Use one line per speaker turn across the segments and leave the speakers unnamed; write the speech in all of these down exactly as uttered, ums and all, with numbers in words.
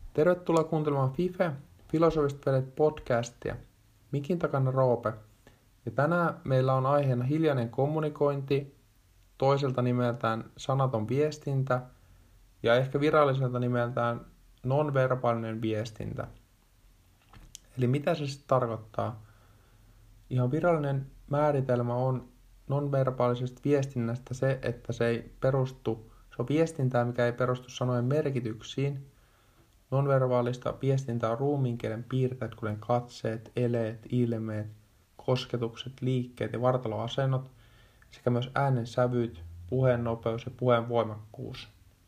Tervetuloa kuuntelemaan Fife, Filosofiset velet podcastia. Mikin takana Roope. Ja tänään meillä on aiheena hiljainen kommunikointi, toiselta nimeltään sanaton viestintä ja ehkä viralliselta nimeltään nonverbaalinen viestintä. Eli mitä se sitten tarkoittaa? Ihan virallinen määritelmä on nonverbaalisesta viestinnästä se, että se ei perustu, se on viestintää, mikä ei perustu sanojen merkityksiin. Nonverbaalista viestintää on ruumiinkielen piirteet, kuten katseet, eleet, ilmeet, kosketukset, liikkeet ja vartaloasennot, sekä myös äänen sävyt, puheen nopeus ja puheen voimakkuus.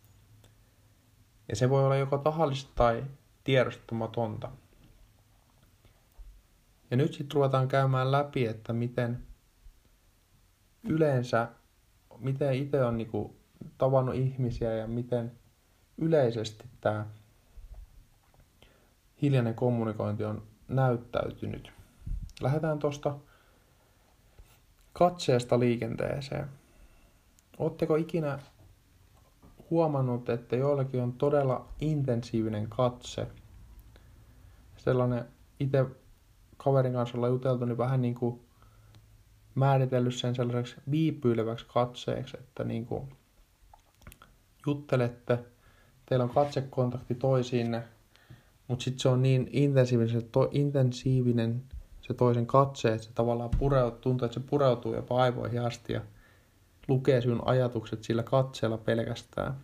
Ja se voi olla joko tahallista tai tiedostamatonta. Ja nyt sitten ruvetaan käymään läpi, että miten yleensä, miten itse on niinku tavannut ihmisiä ja miten yleisesti tämä hiljainen kommunikointi on näyttäytynyt. Lähdetään tuosta katseesta liikenteeseen. Oletteko ikinä huomannut, että joillakin on todella intensiivinen katse? Sellainen, itse kaverin kanssa ollaan juteltu, niin vähän niin kuin määritellyt sen sellaiseksi viipyileväksi katseeksi, että niin kuin juttelette, teillä on katsekontakti toisiinne, mutta sitten se on niin intensiivinen se, to, intensiivinen se toisen katse, että se tavallaan pureutuu, tuntuu, että se pureutuu jopa aivoihin asti ja lukee sinun ajatukset sillä katseella pelkästään.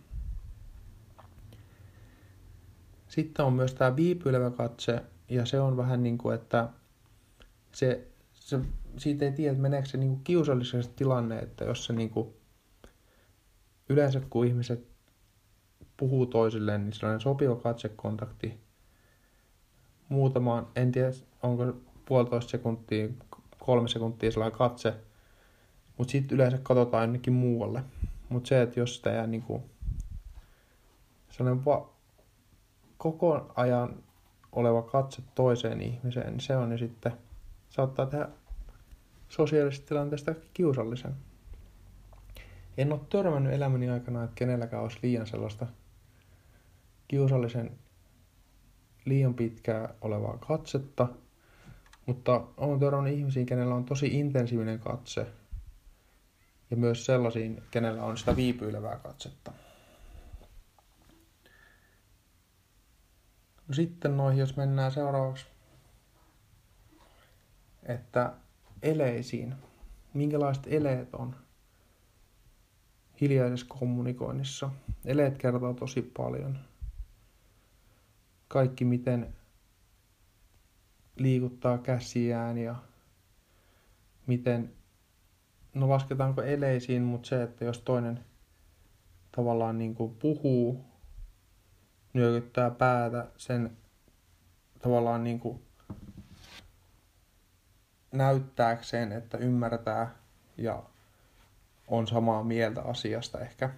Sitten on myös tämä viipyilevä katse, ja se on vähän niin kuin, että se, se, siitä ei tiedä, että meneekö se niin kuin kiusalliseksi tilanne, että jos se niin kuin, yleensä kun ihmiset puhuu toisilleen, niin sellainen sopiva katsekontakti muutamaan, en tiedä onko puolitoista sekuntia, kolme sekuntia sellainen katse, mutta sitten yleensä katsotaan jonnekin muualle. Mutta se, että jos sitä jää niinku sellainen va- koko ajan oleva katse toiseen ihmiseen, niin se on jo sitten, saattaa tehdä sosiaalisesta tilanteesta kiusallisen. En ole törmännyt elämäni aikana, että kenelläkään olisi liian sellaista kiusallisen liian pitkää olevaa katsetta, mutta olen törmännyt ihmisiin, kenellä on tosi intensiivinen katse ja myös sellaisiin, kenellä on sitä viipyilevää katsetta. No sitten noihin, jos mennään seuraavaksi, että eleisiin. Minkälaiset eleet on hiljaisessa kommunikoinnissa? Eleet kertoo tosi paljon. Kaikki miten liikuttaa käsiään ja miten, no lasketaanko eleisiin, mutta se, että jos toinen tavallaan niin kuin puhuu, nyökyttää päätä sen tavallaan niin kuin näyttääkseen, että ymmärtää ja on samaa mieltä asiasta ehkä.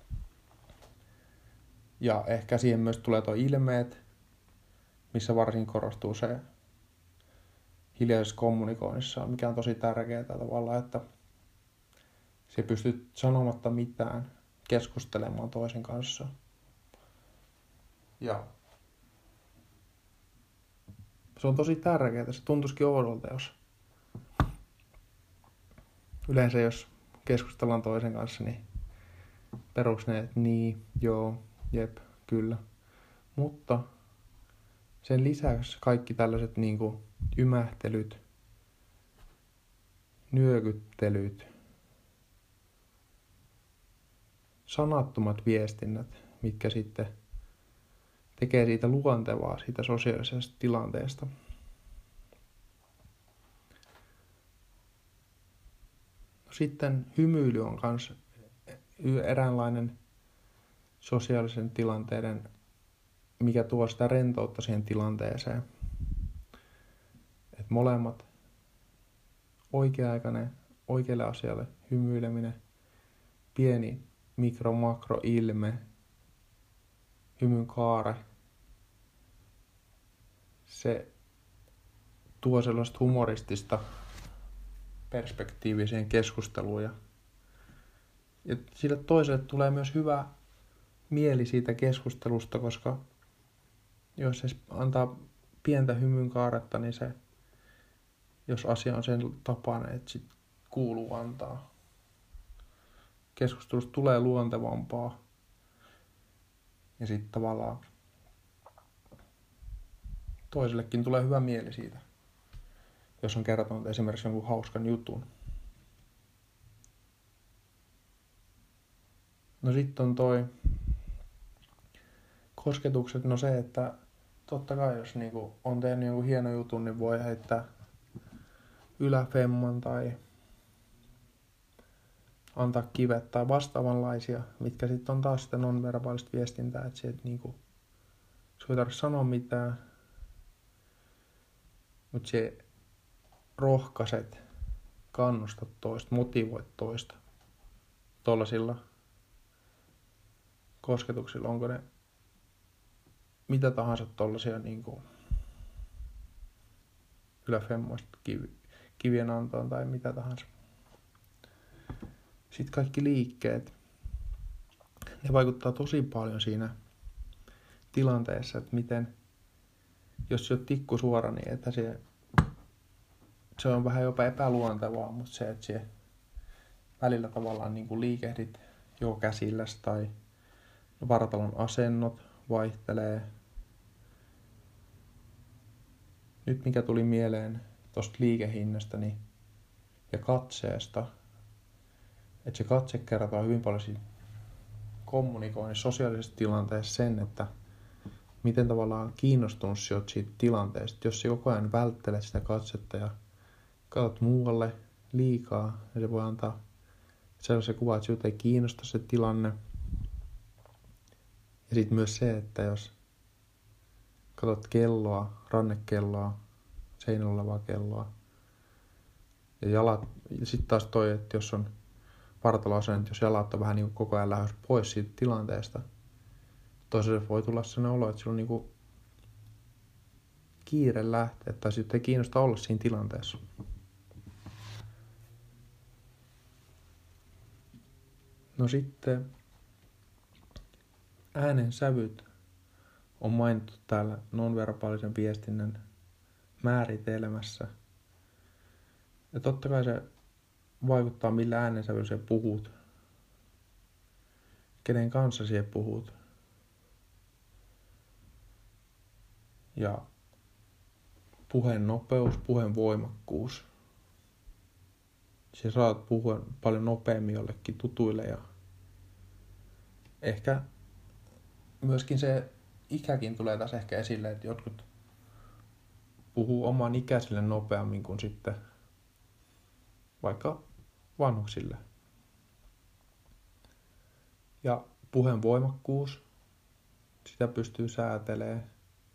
Ja ehkä siihen myös tulee tuo ilmeet, missä varsin korostuu se hiljaisessa kommunikoinnissa, mikä on tosi tärkeää tavallaan, että se pystyt sanomatta mitään keskustelemaan toisen kanssa. Ja se on tosi tärkeää, se tuntuisikin oudolta, jos yleensä jos keskustellaan toisen kanssa, niin peruks ne, että niin, joo, jep, kyllä. Mutta sen lisäksi kaikki tällaiset niin kuin ymähtelyt, nyökyttelyt, sanattomat viestinnät, mitkä sitten tekee siitä luontevaa, siitä sosiaalisesta tilanteesta. No sitten hymyily on myös eräänlainen sosiaalisen tilanteiden, mikä tuo sitä rentoutta siihen tilanteeseen. Et molemmat oikea-aikainen, oikealle asialle hymyileminen, pieni mikro-makro-ilme, hymyn kaare, se tuo sellaista humoristista perspektiiviä siihen keskusteluun ja, ja sille toiselle tulee myös hyvä mieli siitä keskustelusta, koska jos se antaa pientä hymyn kaaretta, niin se, jos asia on sen tapainen, että sit kuuluu antaa. Keskustelusta tulee luontevampaa. Ja sitten tavallaan toisellekin tulee hyvä mieli siitä, jos on kertonut esimerkiksi jonkun hauskan jutun. No sitten on toi kosketukset, no se, että totta kai jos niinku on tehnyt jonkun hieno jutun, niin voi heittää yläfemman tai antaa kivet tai vastaavanlaisia, mitkä sitten on taas sitä non-verbaalista viestintää, että se, et niinku, se ei tarvitse sanoa mitään, mutta se rohkaiset, kannustat toista, motivoit toista tollasilla kosketuksilla, onko ne mitä tahansa tollasia niinku yläfemmoista kivi, kivien antoon tai mitä tahansa. Sitten kaikki liikkeet, ne vaikuttaa tosi paljon siinä tilanteessa, että miten, jos se on tikku suora, niin että se, se on vähän jopa epäluontevaa, mutta se, että se välillä tavallaan niin kuin liikehdit joko käsilläs tai vartalon asennot vaihtelee. Nyt mikä tuli mieleen tuosta liikehinnasta niin, ja katseesta, että se katse kertoo hyvin paljon siitä kommunikoinnissa sosiaalisessa tilanteessa sen, että miten tavallaan kiinnostunut sä oot siitä tilanteesta. Jos sä koko ajan välttelet sitä katsetta ja katsot muualle liikaa, niin se voi antaa sellaisen kuvan, että sinut ei kiinnosta se tilanne. Ja sitten myös se, että jos katsot kelloa, rannekelloa, seinällä olevaa kelloa, ja jalat, ja sitten taas toi, että jos on vartaloasennot, jos jalat on vähän niin kuin koko ajan lähes pois siitä tilanteesta, toiselle voi tulla sellainen olo, että sillä on niin kuin kiire lähteä, tai sitten ei kiinnosta olla siinä tilanteessa. No sitten äänen sävyt on mainittu täällä nonverbaalisen viestinnän määritelmässä. Ja totta kai se vaikuttaa, millä äänensävyllä sä puhut, kenen kanssa sä puhut. Ja puheen nopeus, puheen voimakkuus. Sä saat puhua paljon nopeammin jollekin tutuille ja ehkä myöskin se ikäkin tulee tässä ehkä esille, että jotkut puhuu oman ikäisille nopeammin kuin sitten vaikka vanhuksille. Ja puheen voimakkuus, sitä pystyy säätelemään.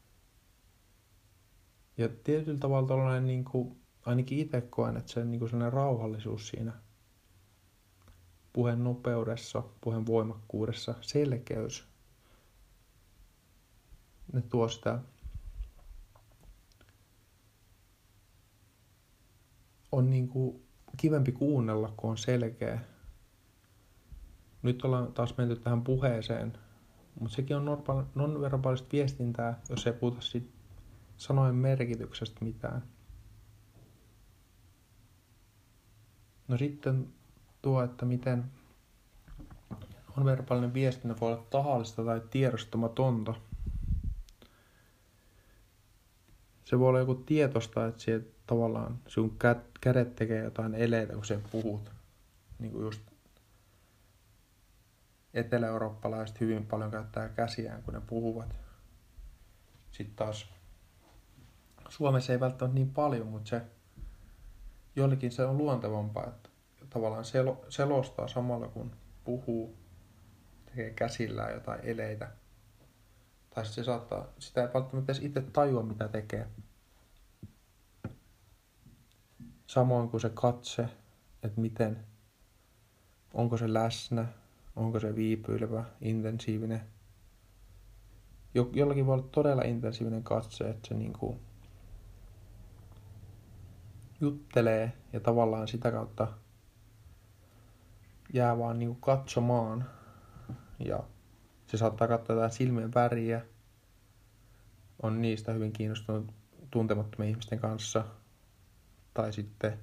Ja tietyllä tavalla tällainen, niin kuin, ainakin itse koen, että se niin kuin sellainen rauhallisuus siinä puheen nopeudessa, puheen voimakkuudessa, selkeys, ne tuo sitä, on niin kuin kivempi kuunnella, kun on selkeä. Nyt ollaan taas menty tähän puheeseen, mutta sekin on non-verbaalista viestintää, jos ei puhuta siitä sanojen merkityksestä mitään. No sitten tuo, että miten non-verbaalinen viestintä voi olla tahallista tai tiedostamatonta. Se voi olla joku tietosta, että siellä tavallaan sun kädet tekee jotain eleitä, kun sä puhut. Niin kuin just etelä-eurooppalaiset hyvin paljon käyttää käsiään, kun ne puhuvat. Sitten taas Suomessa ei välttämättä niin paljon, mutta se jollekin se on luontevampaa, että tavallaan selo, selostaa samalla kun puhuu, tekee käsillään jotain eleitä. Tai se saattaa, sitä ei välttämättä edes itse tajua, mitä tekee. Samoin kuin se katse, että miten, onko se läsnä, onko se viipyilevä, intensiivinen. Jo, jollakin voi olla todella intensiivinen katse, että se niinku juttelee ja tavallaan sitä kautta jää vaan niinku katsomaan. Ja se saattaa katsoa jotain silmien väriä, on niistä hyvin kiinnostunut tuntemattomien ihmisten kanssa. Tai sitten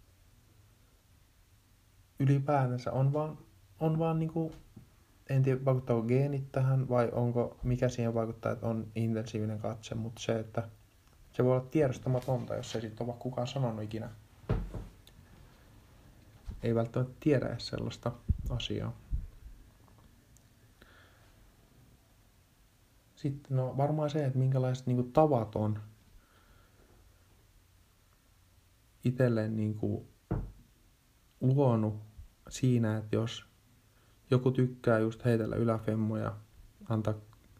ylipäätänsä on vaan, on vaan niinku, en tiedä vaikuttaako geenit tähän vai onko, mikä siihen vaikuttaa, että on intensiivinen katse, mutta se, että se voi olla tiedostamatonta, jos ei sitten ole kukaan sanonut ikinä. Ei välttämättä tiedä edes sellaista asiaa. Sitten no varmaan se, että minkälaiset niinku tavat on itselleen niinku luonut siinä, että jos joku tykkää just heitellä yläfemmoja, antaa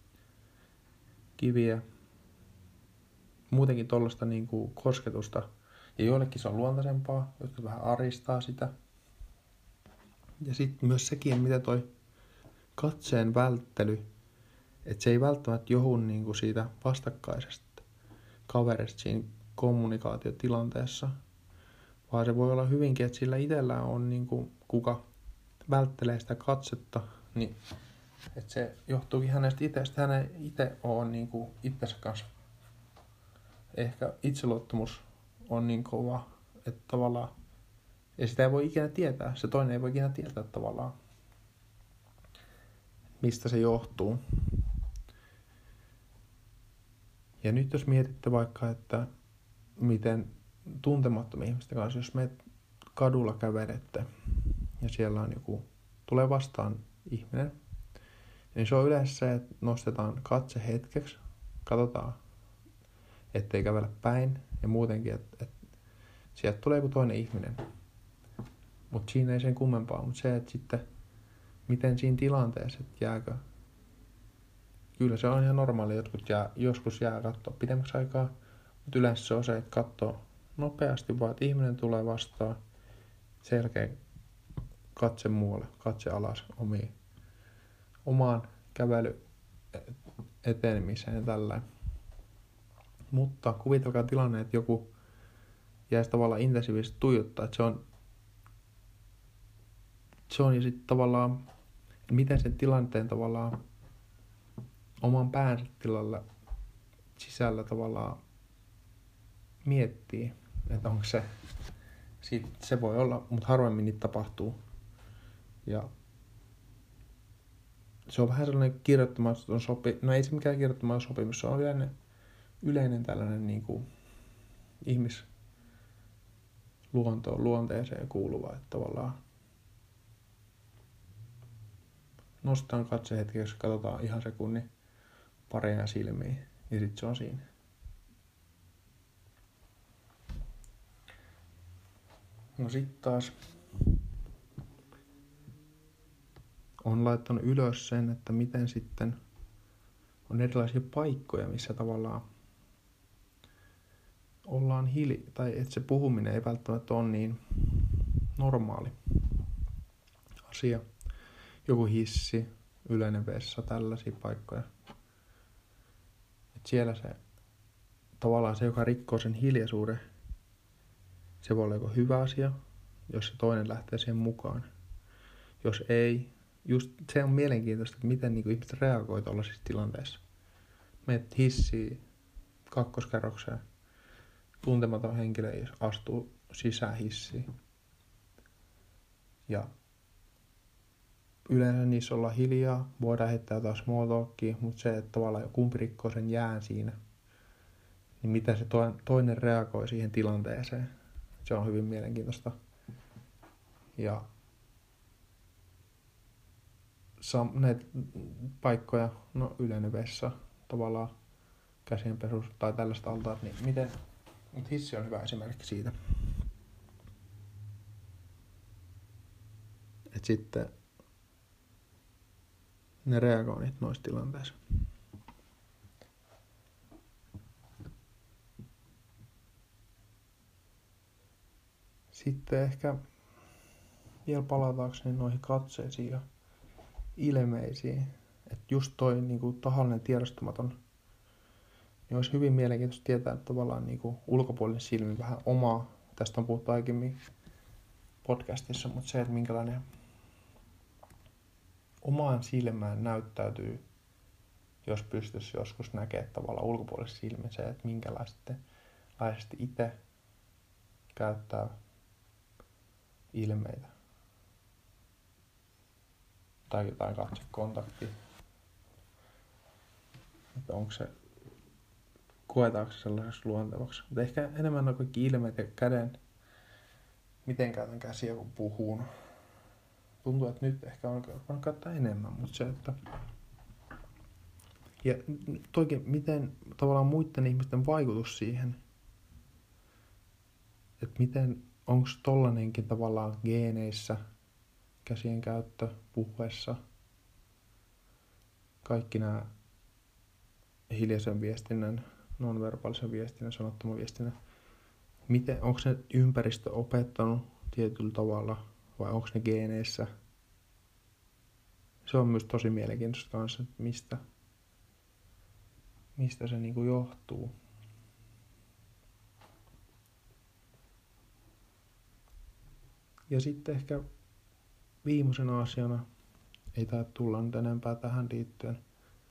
kiviä, muutenkin tollaista niinku kosketusta, ja joillekin se on luontaisempaa, jotka vähän aristaa sitä. Ja sitten myös sekin, mitä toi katseen välttely, että se ei välttämättä johdu niinku siitä vastakkaisesta kaverista siinä kommunikaatiotilanteessa, vaan se voi olla hyvinkin, että sillä itsellään on niinku, kuka välttelee sitä katsetta, niin että se johtuukin hänestä itsestä. Hän ei itse ole niinku itsensä kanssa. Ehkä itseluottamus on niin kova, että tavallaan, ja sitä ei voi ikinä tietää, se toinen ei voi ikinä tietää tavallaan, mistä se johtuu. Ja nyt jos mietitte vaikka, että miten tuntemattomia ihmisten kanssa, jos menet kadulla kävelette ja siellä on joku, tulee vastaan ihminen, niin se on yleensä se, että nostetaan katse hetkeksi, katsotaan, ettei kävellä päin ja muutenkin, että, että sieltä tulee joku toinen ihminen. Mutta siinä ei sen kummempaa, mutta se, että sitten miten siinä tilanteessa, että jääkö, kyllä se on ihan normaali, jotkut jää, joskus jää katsoa pidemmäksi aikaa, mutta yleensä se on se, että katsoo nopeasti vaan, että ihminen tulee vastaan, sen jälkeen katse muualle, katse alas omiin, omaan kävely etenemiseen ja tällä. Mutta kuvitelkaa tilanne, että joku jäisi tavallaan intensiivisesti tuijottaa, että se on, se on ja sitten tavallaan, miten sen tilanteen tavallaan oman päänsä tilalla sisällä tavallaan miettii, että onko se, siitä, se voi olla, mutta harvemmin niitä tapahtuu. Ja se on vähän sellainen kirjoittamaton sopi, no ei se mikään kirjoittamaton sopimus, se on yleinen, yleinen tällainen niin kuin ihmisluontoon, luonteeseen kuuluva, että tavallaan nostetaan katse hetkeksi, katsotaan ihan sekunnin pareja silmiin ja sitten se on siinä. No sit taas on laittanut ylös sen, että miten sitten on erilaisia paikkoja, missä tavallaan ollaan hiljaa, tai että se puhuminen ei välttämättä ole niin normaali asia. Joku hissi, yleinen vessa, tällaisia paikkoja. Et siellä se tavallaan se, joka rikkoo sen hiljaisuuden, se voi olla joko hyvä asia, jos se toinen lähtee siihen mukaan. Jos ei, just se on mielenkiintoista, että miten niin kuin ihmiset reagoi tuollaisissa tilanteissa. Menet hissiin kakkoskerrokseen, tuntematon henkilö astuu sisään hissiin. Ja yleensä niissä ollaan hiljaa, voidaan heittää jotain small talkia, mutta se, että tavallaan kumpi rikkoo sen jään siinä, niin miten se toinen reagoi siihen tilanteeseen, se on hyvin mielenkiintoista. Ja sam- näitä paikkoja, no yleinen vessa, tavallaan käsienpesu tai tällaista altaat, niin miten, mutta hissi on hyvä esimerkki siitä. Et sitten ne reagoinnit noissa tilanteissa. Sitten ehkä vielä palatakseni noihin katseisiin ja ilmeisiin. Että just toi niinku tahallinen tiedostamaton, niin olisi hyvin mielenkiintoista tietää tavallaan niinku ulkopuolinen silmi vähän omaa. Tästä on puhuttu aiemmin podcastissa, mutta se, että minkälainen omaan silmään näyttäytyy jos pystyisi joskus näkemään tavallaan ulkopuolisesti silmin se, että minkälaisesti itse käyttää ilmeitä tai jotain katsekontaktia. Että onko se, koetaanko se sellaiseksi luontevaksi. Mutta ehkä enemmän on kaikki ilmeet ja käden, miten käytän käsiä kun puhun. Tuntuu, että nyt ehkä on voinut käyttää enemmän, mutta se, että ja toikin, miten tavallaan muiden ihmisten vaikutus siihen, että miten, onko tollanenkin tavallaan geeneissä, käsien käyttö, puhuessa, kaikki nämä hiljaisen viestinnän, nonverbaalisen viestinnän, sanottoman viestinnän, miten, onko ne ympäristö opettanut tietyllä tavalla vai onko ne geeneissä? Se on myös tosi mielenkiintoista kanssa, että mistä, mistä se niinku johtuu. Ja sitten ehkä viimeisenä asiana, ei taida tulla nyt enempää tähän liittyen,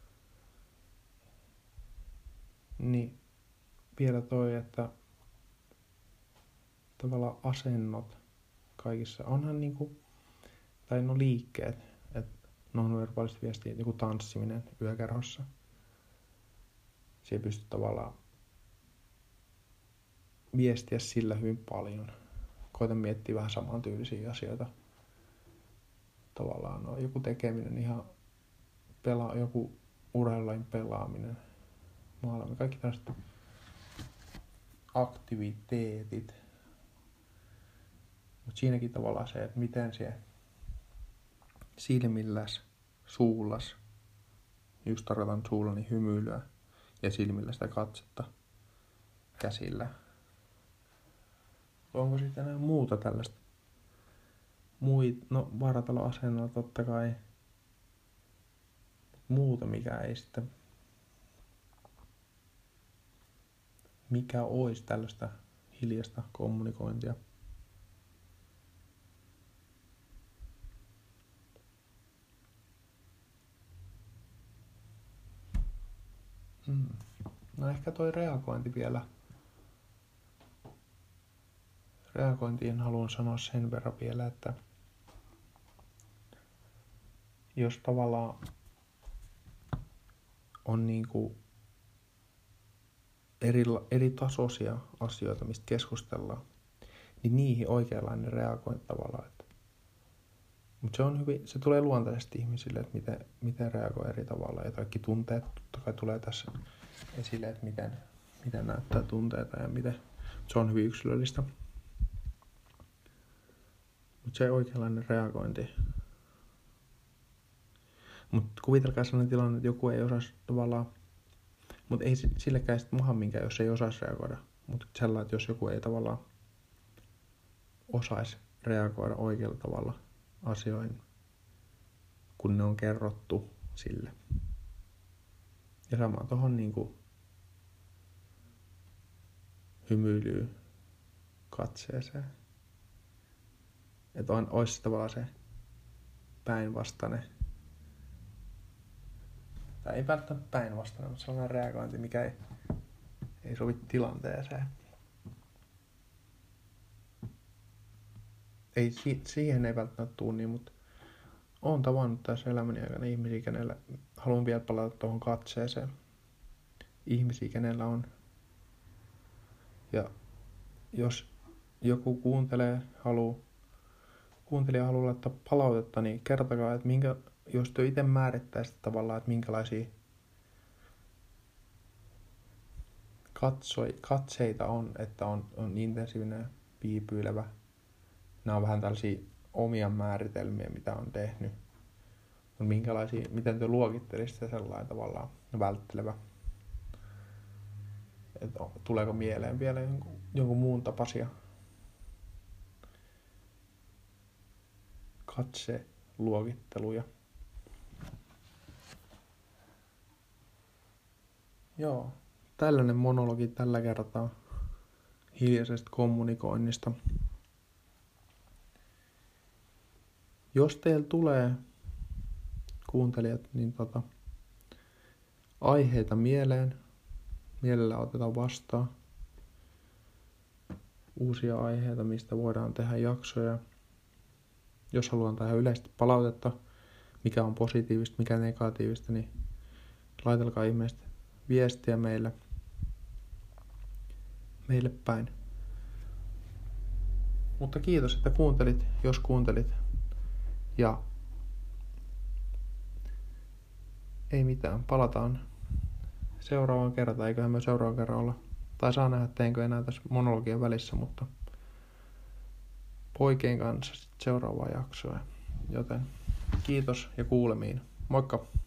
niin vielä toi, että tavallaan asennot kaikissa, onhan niinku, tai no liikkeet, että nonverbaaliset viestiä, joku tanssiminen yökerhossa, se ei pysty tavallaan viestiä sillä hyvin paljon. Koitan miettiä vähän samantyylisiä asioita. Tavallaan no, joku tekeminen, ihan pela, joku urheilulain pelaaminen, maailma, kaikki tällaiset aktiviteetit. Mutta siinäkin tavallaan se, että miten se silmilläs, suullas, just tarkoitan suullani hymyilyä ja silmillä sitä katsetta käsillä. Onko sitten enää muuta tällaista? Muit, no varataloasennolla totta kai. Muuta mikä ei sitten. Mikä olisi tällaista hiljaista kommunikointia? Hmm. No ehkä toi reagointi vielä. Reagointiin haluan sanoa sen verran vielä, että jos tavallaan on niinku eri, eri tasoisia asioita, mistä keskustellaan, niin niihin oikeanlainen reagointi tavallaan. Että mutta se on hyvin, se tulee luontaisesti ihmisille, että miten, miten reagoi eri tavalla. Ja kaikki tunteet totta kai tulee tässä esille, että miten, miten näyttää tunteita ja miten. Se on hyvin yksilöllistä. Mutta se oikeanlainen reagointi. Mutta kuvitelkaa sellainen tilanne, että joku ei osaisi tavallaan, mutta ei sillekään sitten maha minkään, jos ei osaisi reagoida. Mutta sellainen, että jos joku ei tavallaan osaisi reagoida oikealla tavalla asioihin, kun ne on kerrottu sille. Ja sama tohon niinku hymyilyy katseeseen. Että on, olisi tavallaan se päinvastainen. Tai ei välttämättä päinvastainen, mutta sellainen reagointi, mikä ei, ei sovi tilanteeseen. Ei, siihen ei välttämättä tule niin, mutta olen tavannut tässä elämäni aikana ihmisiä, kenellä, haluan vielä palata tuohon katseeseen. Ihmisiä, kenellä on. Ja jos joku kuuntelee, haluaa, kuuntelija haluaa laittaa palautetta, niin kertokaa, että minkä, jos te itse määrittäisitte tavallaan, että minkälaisia katsoi, katseita on, että on, on intensiivinen, piipyilevä. Nämä on vähän tällaisia omia määritelmiä, mitä on tehnyt. Minkälaisia, miten te luokittelisitte sellainen tavallaan välttelevä? Et tuleeko mieleen vielä jonkun, jonkun muun tapaisia katseluokitteluja? Joo, tällainen monologi tällä kertaa hiljaisesta kommunikoinnista. Jos teillä tulee kuuntelijat, niin tota, aiheita mieleen. Mielellä otetaan vastaan uusia aiheita, mistä voidaan tehdä jaksoja. Jos haluan tehdä yleistä palautetta, mikä on positiivista, mikä negatiivista, niin laitelkaa ihmeesti viestiä meille, meille päin. Mutta kiitos, että kuuntelit, jos kuuntelit. Ja ei mitään, palataan seuraavaan kertaan, eiköhän me seuraavan kerran olla. Tai saa nähdä, teinkö enää tässä monologian välissä, mutta poikien kanssa sitten seuraavaa jaksoa. Joten kiitos ja kuulemiin. Moikka!